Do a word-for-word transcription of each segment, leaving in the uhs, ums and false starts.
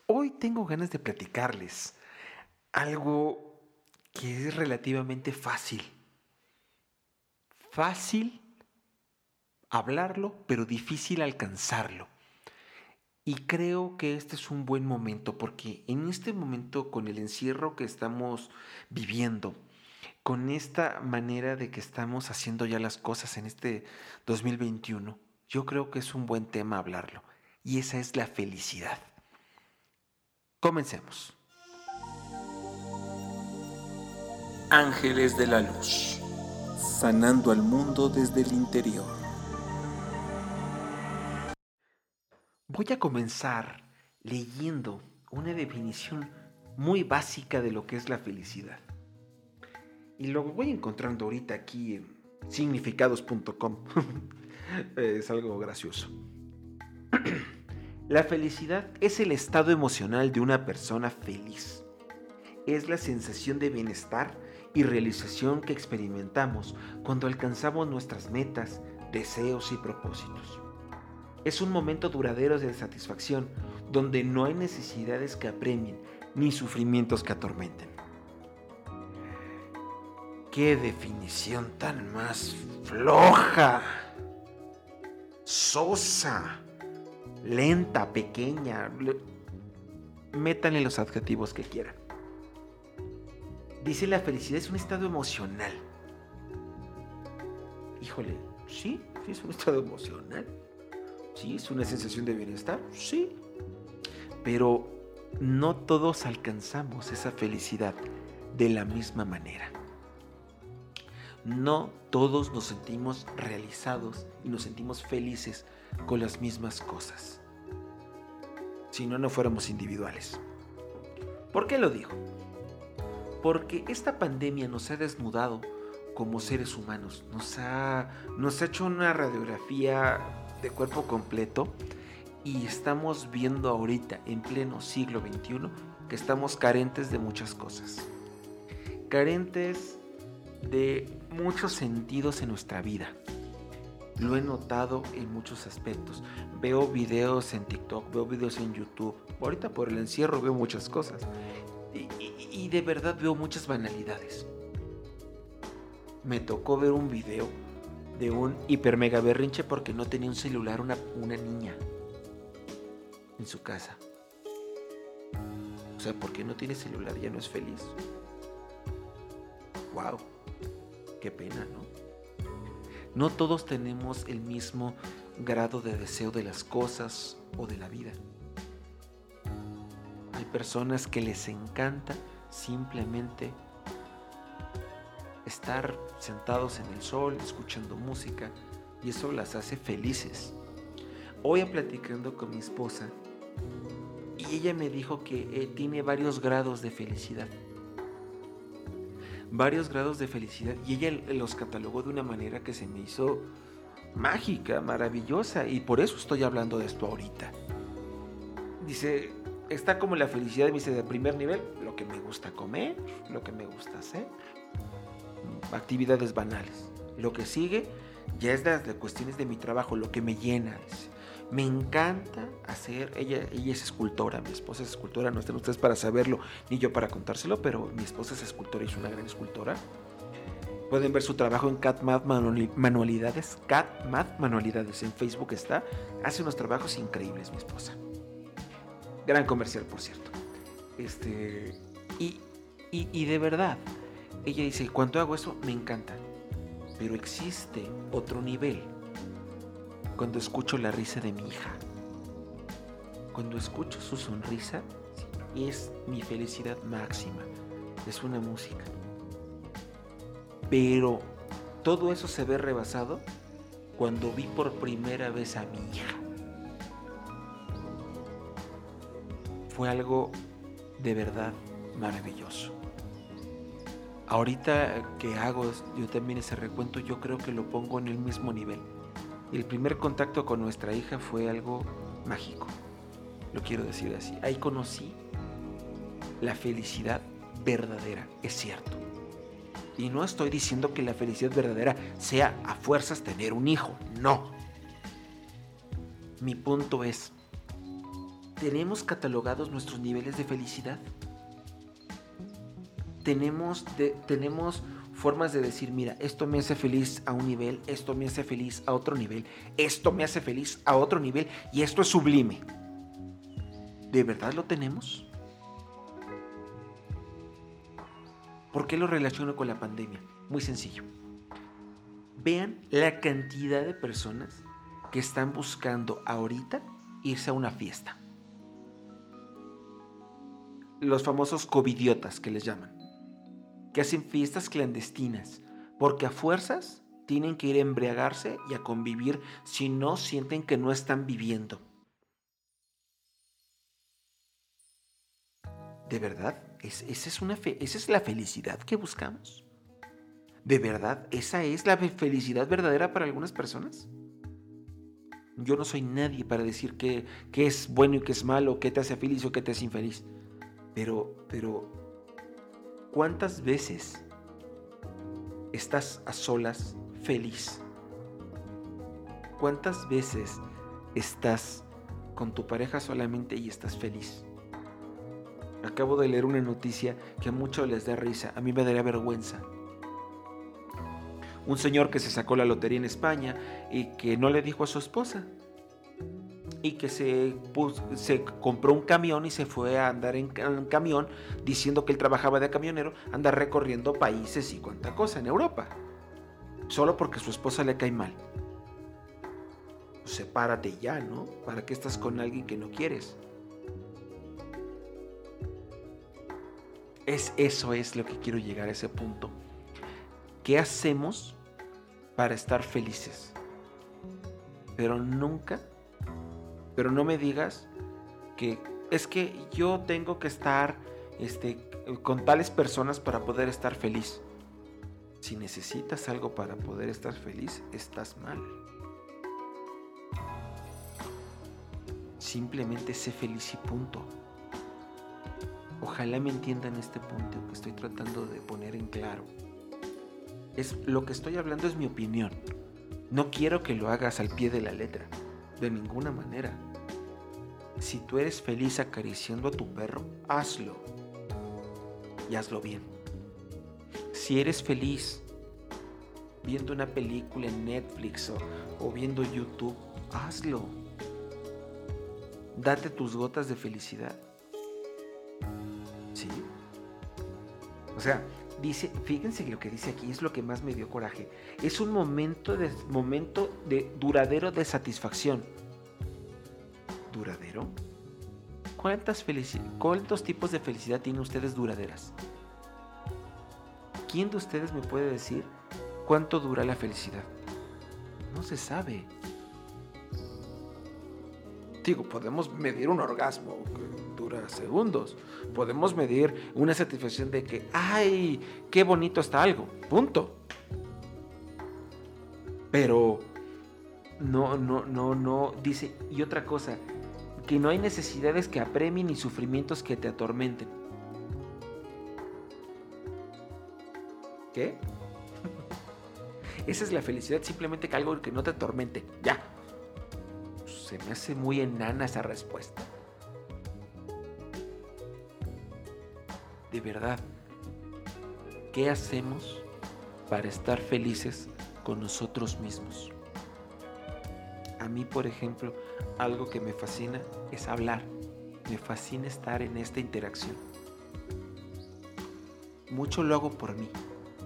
Hoy tengo ganas de platicarles algo que es relativamente fácil. Fácil hablarlo, pero difícil alcanzarlo. Y creo que este es un buen momento porque en este momento, con el encierro que estamos viviendo, con esta manera de que estamos haciendo ya las cosas en este dos mil veintiuno, yo creo que es un buen tema hablarlo. Y esa es la felicidad. Comencemos. Ángeles de la Luz, sanando al mundo desde el interior. Voy a comenzar leyendo una definición muy básica de lo que es la felicidad. Y lo voy encontrando ahorita aquí en significados punto com. Es algo gracioso. La felicidad es el estado emocional de una persona feliz. Es la sensación de bienestar y realización que experimentamos cuando alcanzamos nuestras metas, deseos y propósitos. Es un momento duradero de satisfacción donde no hay necesidades que apremien ni sufrimientos que atormenten. ¡Qué definición tan más floja! Sosa, lenta, pequeña. Métanle los adjetivos que quieran. Dice: la felicidad es un estado emocional. Híjole, sí, sí es un estado emocional. Sí, es una sensación de bienestar, sí. Pero no todos alcanzamos esa felicidad de la misma manera. No todos nos sentimos realizados y nos sentimos felices con las mismas cosas. Si no, no fuéramos individuales. ¿Por qué lo digo? Porque esta pandemia nos ha desnudado como seres humanos. Nos ha, nos ha hecho una radiografía de cuerpo completo y estamos viendo ahorita, en pleno siglo veintiuno, que estamos carentes de muchas cosas. Carentes de muchos sentidos en nuestra vida. Lo he notado en muchos aspectos. Veo videos en TikTok, veo videos en YouTube. Ahorita por el encierro veo muchas cosas. Y, y, y de verdad veo muchas banalidades. Me tocó ver un video de un hiper mega berrinche porque no tenía un celular una, una niña en su casa. O sea, porque no tiene celular ya no es feliz. Wow, qué pena, ¿no? No todos tenemos el mismo grado de deseo de las cosas o de la vida. Hay personas que les encanta simplemente estar sentados en el sol, escuchando música, y eso las hace felices. Hoy platicando con mi esposa, y ella me dijo que eh, tiene varios grados de felicidad. Varios grados de felicidad, y ella los catalogó de una manera que se me hizo mágica, maravillosa, y por eso estoy hablando de esto ahorita. Dice, está como la felicidad, me dice, de primer nivel, lo que me gusta comer, lo que me gusta hacer, actividades banales. Lo que sigue ya es de, de cuestiones de mi trabajo, lo que me llena. Dice, me encanta hacer, ella, ella es escultora, mi esposa es escultora, no están ustedes para saberlo, ni yo para contárselo, pero mi esposa es escultora y es una gran escultora. Pueden ver su trabajo en CatMath Manualidades, CatMath Manualidades, en Facebook está, hace unos trabajos increíbles mi esposa. Gran comercial, por cierto. Este, y, y, y de verdad, ella dice, cuando hago eso me encanta, pero existe otro nivel. Cuando escucho la risa de mi hija, cuando escucho su sonrisa, es mi felicidad máxima. Es una música. Pero todo eso se ve rebasado cuando vi por primera vez a mi hija. Fue algo de verdad maravilloso. Ahorita que hago yo también ese recuento, yo creo que lo pongo en el mismo nivel. El primer contacto con nuestra hija fue algo mágico, lo quiero decir así. Ahí conocí la felicidad verdadera, es cierto. Y no estoy diciendo que la felicidad verdadera sea a fuerzas tener un hijo, no. Mi punto es, ¿Tenemos catalogados nuestros niveles de felicidad? Tenemos, de, tenemos formas de decir, mira, esto me hace feliz a un nivel, esto me hace feliz a otro nivel, esto me hace feliz a otro nivel y esto es sublime. ¿De verdad lo tenemos? ¿Por qué lo relaciono con la pandemia? Muy sencillo. Vean la cantidad de personas que están buscando ahorita irse a una fiesta. Los famosos covidiotas que les llaman, que hacen fiestas clandestinas, porque a fuerzas tienen que ir a embriagarse y a convivir, si no sienten que no están viviendo. ¿De verdad? ¿Es, esa, es una fe, ¿Esa es la felicidad que buscamos? ¿De verdad esa es la felicidad verdadera para algunas personas? Yo no soy nadie para decir qué que es bueno y qué es malo, qué te hace feliz o qué te hace infeliz. Pero, pero, ¿cuántas veces estás a solas feliz? ¿Cuántas veces estás con tu pareja solamente y estás feliz? Acabo de leer una noticia que a muchos les da risa, a mí me daría vergüenza. Un señor que se sacó la lotería en España y que no le dijo a su esposa. Y que se, pues, se compró un camión y se fue a andar en, en camión diciendo que él trabajaba de camionero, anda recorriendo países y cuánta cosa en Europa. Solo porque su esposa le cae mal. Pues sepárate ya, ¿no? ¿Para qué estás con alguien que no quieres? Es, eso es lo que quiero llegar a ese punto. ¿Qué hacemos para estar felices? Pero nunca, pero no me digas que es que yo tengo que estar este, con tales personas para poder estar feliz. Si necesitas algo para poder estar feliz, estás mal. Simplemente sé feliz y punto. Ojalá me entiendan este punto que estoy tratando de poner en claro. Es, lo que estoy hablando es mi opinión. No quiero que lo hagas al pie de la letra, de ninguna manera. Si tú eres feliz acariciando a tu perro, hazlo. Y hazlo bien. Si eres feliz viendo una película en Netflix o, o viendo YouTube, hazlo. Date tus gotas de felicidad. ¿Sí? O sea, dice, fíjense lo que dice aquí, es lo que más me dio coraje. Es un momento de, momento de duradero de satisfacción. ¿Duradero? ¿Cuántas felici- ¿Cuántos tipos de felicidad tienen ustedes duraderas? ¿Quién de ustedes me puede decir cuánto dura la felicidad? No se sabe. Digo, podemos medir un orgasmo que dura segundos. Podemos medir una satisfacción de que, ¡ay, qué bonito está algo! Punto. Pero no, no, no, no. Dice, y otra cosa, que no hay necesidades que apremien ni sufrimientos que te atormenten. ¿Qué? Esa es la felicidad, simplemente que algo que no te atormente. Ya. Se me hace muy enana esa respuesta. De verdad, ¿qué hacemos para estar felices con nosotros mismos? A mí, por ejemplo, algo que me fascina es hablar. Me fascina estar en esta interacción. Mucho lo hago por mí.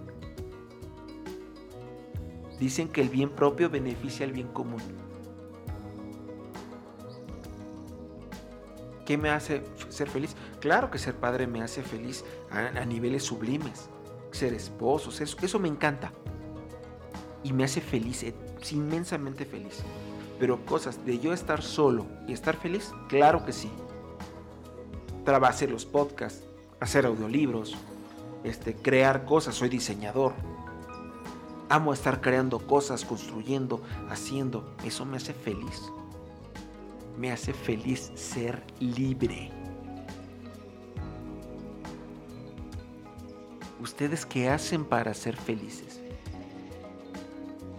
Dicen que el bien propio beneficia al bien común. ¿Qué me hace ser feliz? Claro que ser padre me hace feliz a, a niveles sublimes. Ser esposo, eso, eso me encanta. Y me hace feliz, inmensamente feliz. Pero cosas de yo estar solo y estar feliz, claro que sí. Trabajar, hacer los podcasts, hacer audiolibros, este, crear cosas, soy diseñador. Amo estar creando cosas, construyendo, haciendo. Eso me hace feliz. Me hace feliz ser libre. ¿Ustedes qué hacen para ser felices?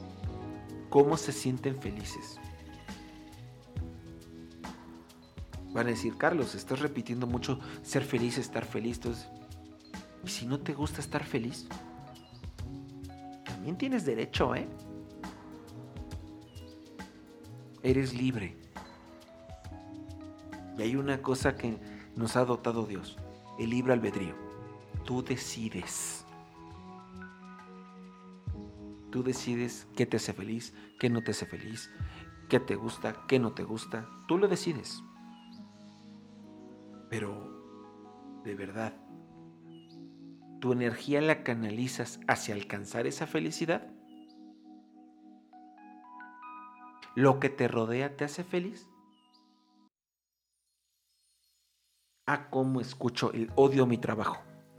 ¿Cómo se sienten felices? Van a decir, Carlos, estás repitiendo mucho ser feliz, estar feliz. Entonces, ¿y si no te gusta estar feliz? También tienes derecho, ¿eh? Eres libre. Y hay una cosa que nos ha dotado Dios, el libre albedrío. Tú decides. Tú decides qué te hace feliz, qué no te hace feliz, qué te gusta, qué no te gusta. Tú lo decides. Pero, de verdad, ¿tu energía la canalizas hacia alcanzar esa felicidad? ¿Lo que te rodea te hace feliz? Ah, cómo escucho el odio a mi trabajo.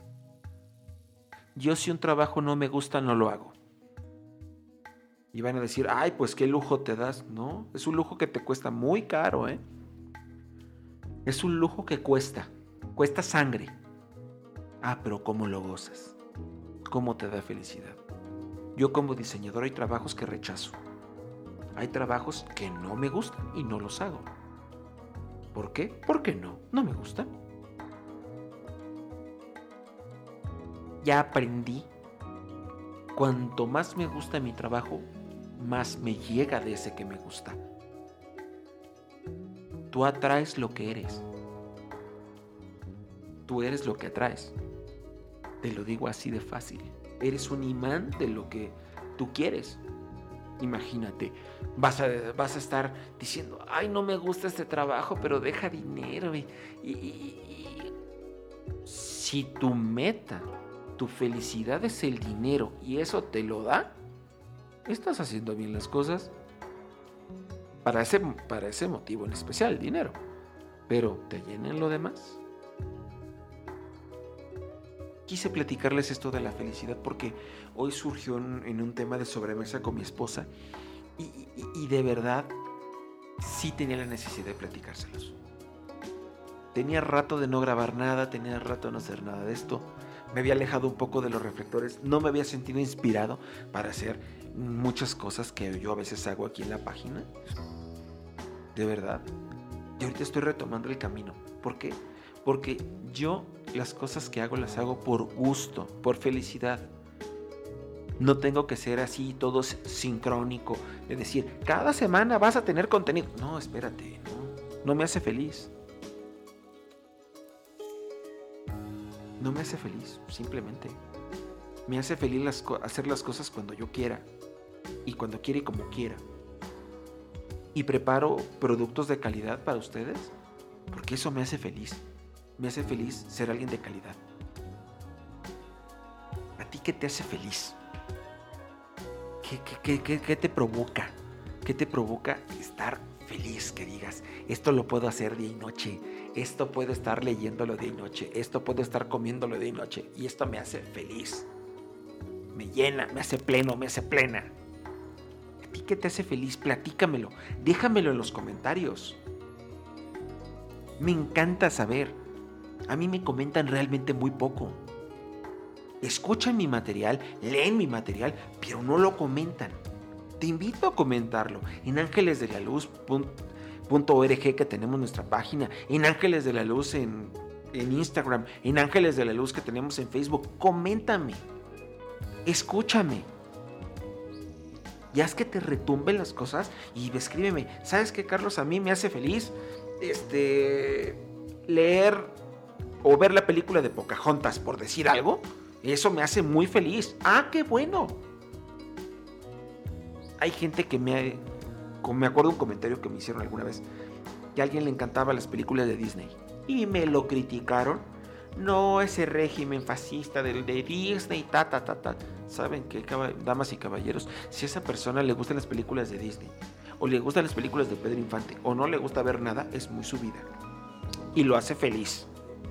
Yo si un trabajo no me gusta, no lo hago. Y van a decir, ay, pues qué lujo te das. No, es un lujo que te cuesta muy caro, ¿eh? Es un lujo que cuesta, cuesta sangre. Ah, pero ¿cómo lo gozas? ¿Cómo te da felicidad? Yo como diseñador hay trabajos que rechazo. Hay trabajos que no me gustan y no los hago. ¿Por qué? Porque no, no me gustan. Ya aprendí. Cuanto más me gusta mi trabajo, más me llega de ese que me gusta. Tú atraes lo que eres. Tú eres lo que atraes. Te lo digo así de fácil. Eres un imán de lo que tú quieres. Imagínate, vas a, vas a estar diciendo, ay, no me gusta este trabajo, pero deja dinero. Y, y, y, si tu meta, tu felicidad es el dinero y eso te lo da, estás haciendo bien las cosas. Para ese, para ese motivo en especial, el dinero. Pero ¿te llenan lo demás? Quise platicarles esto de la felicidad porque hoy surgió en, en un tema de sobremesa con mi esposa y, y, y de verdad sí tenía la necesidad de platicárselos. Tenía rato de no grabar nada, tenía rato de no hacer nada de esto. Me había alejado un poco de los reflectores, no me había sentido inspirado para hacer muchas cosas que yo a veces hago aquí en la página. De verdad. Y ahorita estoy retomando el camino. ¿Por qué? Porque yo las cosas que hago las hago por gusto, por felicidad. No tengo que ser así todo sincrónico, de decir, cada semana vas a tener contenido. No, espérate, no, no me hace feliz. No me hace feliz, simplemente. Me hace feliz las co- hacer las cosas cuando yo quiera y cuando quiera y como quiera. Y preparo productos de calidad para ustedes porque eso me hace feliz. Me hace feliz ser alguien de calidad. ¿A ti qué te hace feliz? ¿Qué, qué, qué, qué, qué te provoca? ¿Qué te provoca estar feliz? Que digas, esto lo puedo hacer día y noche. Esto puedo estar leyéndolo día y noche. Esto puedo estar comiéndolo día y noche. Y esto me hace feliz. Me llena, me hace pleno, me hace plena. ¿A ti qué te hace feliz? Platícamelo. Déjamelo en los comentarios. Me encanta saber. A mí me comentan realmente muy poco. Escuchan mi material, leen mi material, pero no lo comentan. Te invito a comentarlo en ángeles de la luz punto org, que tenemos nuestra página, en Ángeles de la Luz en, en Instagram, en Ángeles de la Luz que tenemos en Facebook. Coméntame, escúchame. Y haz que te retumben las cosas y escríbeme. ¿Sabes qué, Carlos? A mí me hace feliz este, leer o ver la película de Pocahontas, por decir algo. Eso me hace muy feliz. ¡Ah, qué bueno! Hay gente que me... Me acuerdo un comentario que me hicieron alguna vez, que a alguien le encantaban las películas de Disney. Y me lo criticaron. No, ese régimen fascista del de Disney, ta, ta, ta, ta. ¿Saben qué, damas y caballeros? Si a esa persona le gustan las películas de Disney, o le gustan las películas de Pedro Infante, o no le gusta ver nada, es muy su vida. Y lo hace feliz.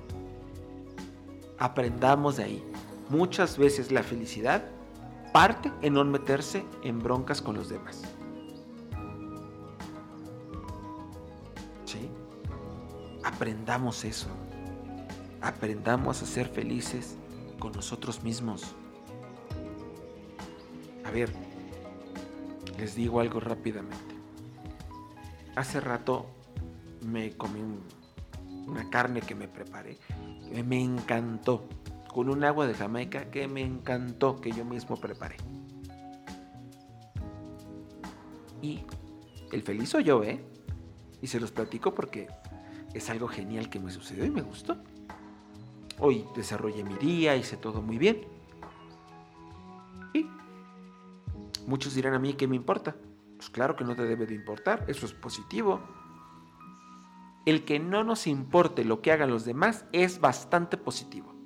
Aprendamos de ahí. Muchas veces la felicidad parte en no meterse en broncas con los demás. ¿Sí? Aprendamos eso. Aprendamos a ser felices con nosotros mismos. A ver, les digo algo rápidamente. Hace rato me comí un, una carne que me preparé, que me encantó, con un agua de Jamaica que me encantó, que yo mismo preparé. Y el feliz soy yo, ¿eh? Y se los platico porque es algo genial que me sucedió y me gustó. Hoy desarrollé mi día, hice todo muy bien. Y muchos dirán a mí, ¿qué me importa? Pues claro que no te debe de importar, eso es positivo. El que no nos importe lo que hagan los demás es bastante positivo.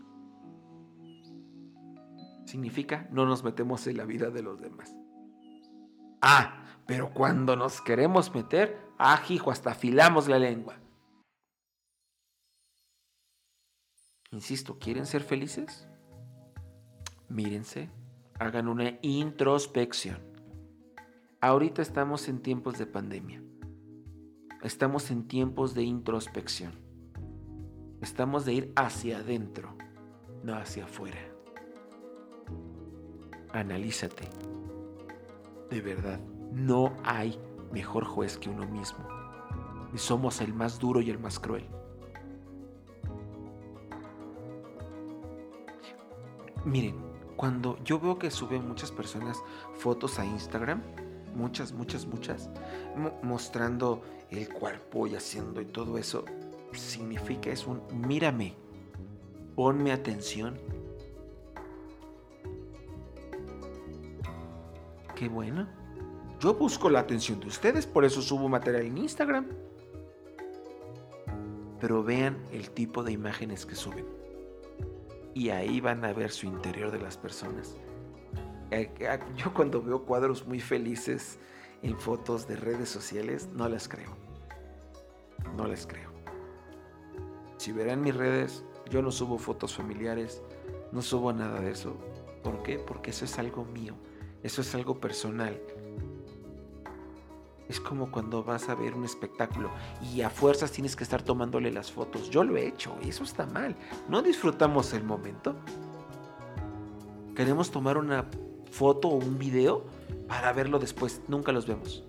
Significa no nos metemos en la vida de los demás. Ah, pero cuando nos queremos meter, ah, hijo, hasta afilamos la lengua. Insisto, ¿quieren ser felices? Mírense, hagan una introspección. Ahorita estamos en tiempos de pandemia. Estamos en tiempos de introspección. Estamos de ir hacia adentro, no hacia afuera. Analízate. De verdad, no hay mejor juez que uno mismo. Y somos el más duro y el más cruel. Miren, cuando yo veo que suben muchas personas fotos a Instagram, muchas, muchas, muchas, mo- mostrando el cuerpo y haciendo y todo eso, significa es un mírame, ponme atención. Qué bueno. Yo busco la atención de ustedes, por eso subo material en Instagram. Pero vean el tipo de imágenes que suben. Y ahí van a ver su interior de las personas. Yo cuando veo cuadros muy felices en fotos de redes sociales, no las creo. No las creo. Si verán mis redes, yo no subo fotos familiares, no subo nada de eso. ¿Por qué? Porque eso es algo mío, eso es algo personal. Es como cuando vas a ver un espectáculo y a fuerzas tienes que estar tomándole las fotos. Yo lo he hecho y eso está mal. No disfrutamos el momento. Queremos tomar una foto o un video para verlo después. Nunca los vemos.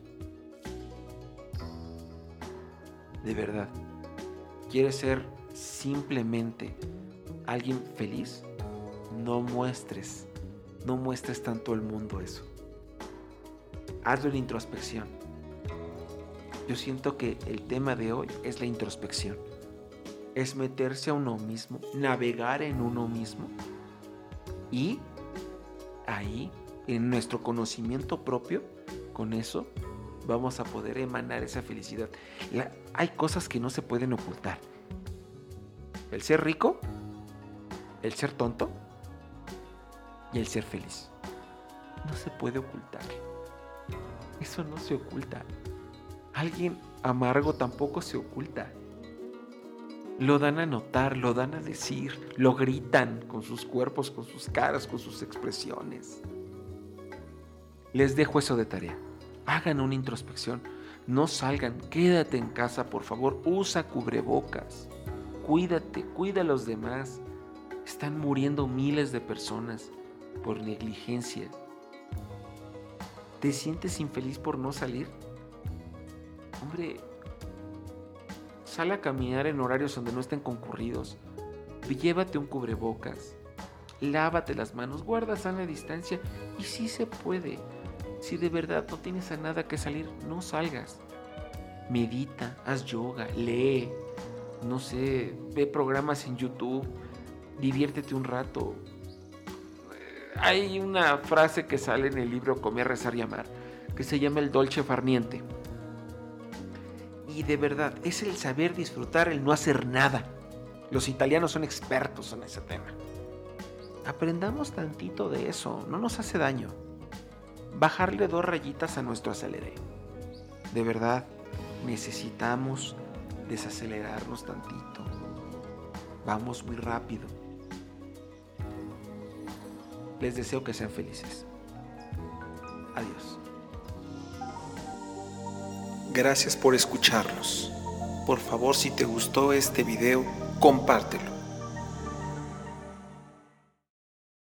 De verdad. ¿Quieres ser simplemente alguien feliz? No muestres. No muestres tanto al mundo eso. Hazlo en introspección. Yo siento que el tema de hoy es la introspección. Es meterse a uno mismo, navegar en uno mismo y ahí, en nuestro conocimiento propio, con eso vamos a poder emanar esa felicidad. La, hay cosas que no se pueden ocultar. El ser rico, el ser tonto y el ser feliz. No se puede ocultar. Eso no se oculta. Alguien amargo tampoco se oculta. Lo dan a notar, lo dan a decir, lo gritan con sus cuerpos, con sus caras, con sus expresiones. Les dejo eso de tarea. Hagan una introspección. No salgan, quédate en casa, por favor. Usa cubrebocas. Cuídate, cuida a los demás. Están muriendo miles de personas por negligencia. ¿Te sientes infeliz por no salir? Hombre, sal a caminar en horarios donde no estén concurridos. Llévate un cubrebocas. Lávate las manos, guarda sana distancia. Y sí se puede. Si de verdad no tienes a nada que salir, no salgas. Medita, haz yoga, lee. No sé, ve programas en YouTube. Diviértete un rato. Hay una frase que sale en el libro Comer, Rezar y Amar, que se llama el dolce far niente. Y de verdad, es el saber disfrutar, el no hacer nada. Los italianos son expertos en ese tema. Aprendamos tantito de eso, no nos hace daño. Bajarle dos rayitas a nuestro aceleré. De verdad, necesitamos desacelerarnos tantito. Vamos muy rápido. Les deseo que sean felices. Adiós. Gracias por escucharnos. Por favor, si te gustó este video, compártelo.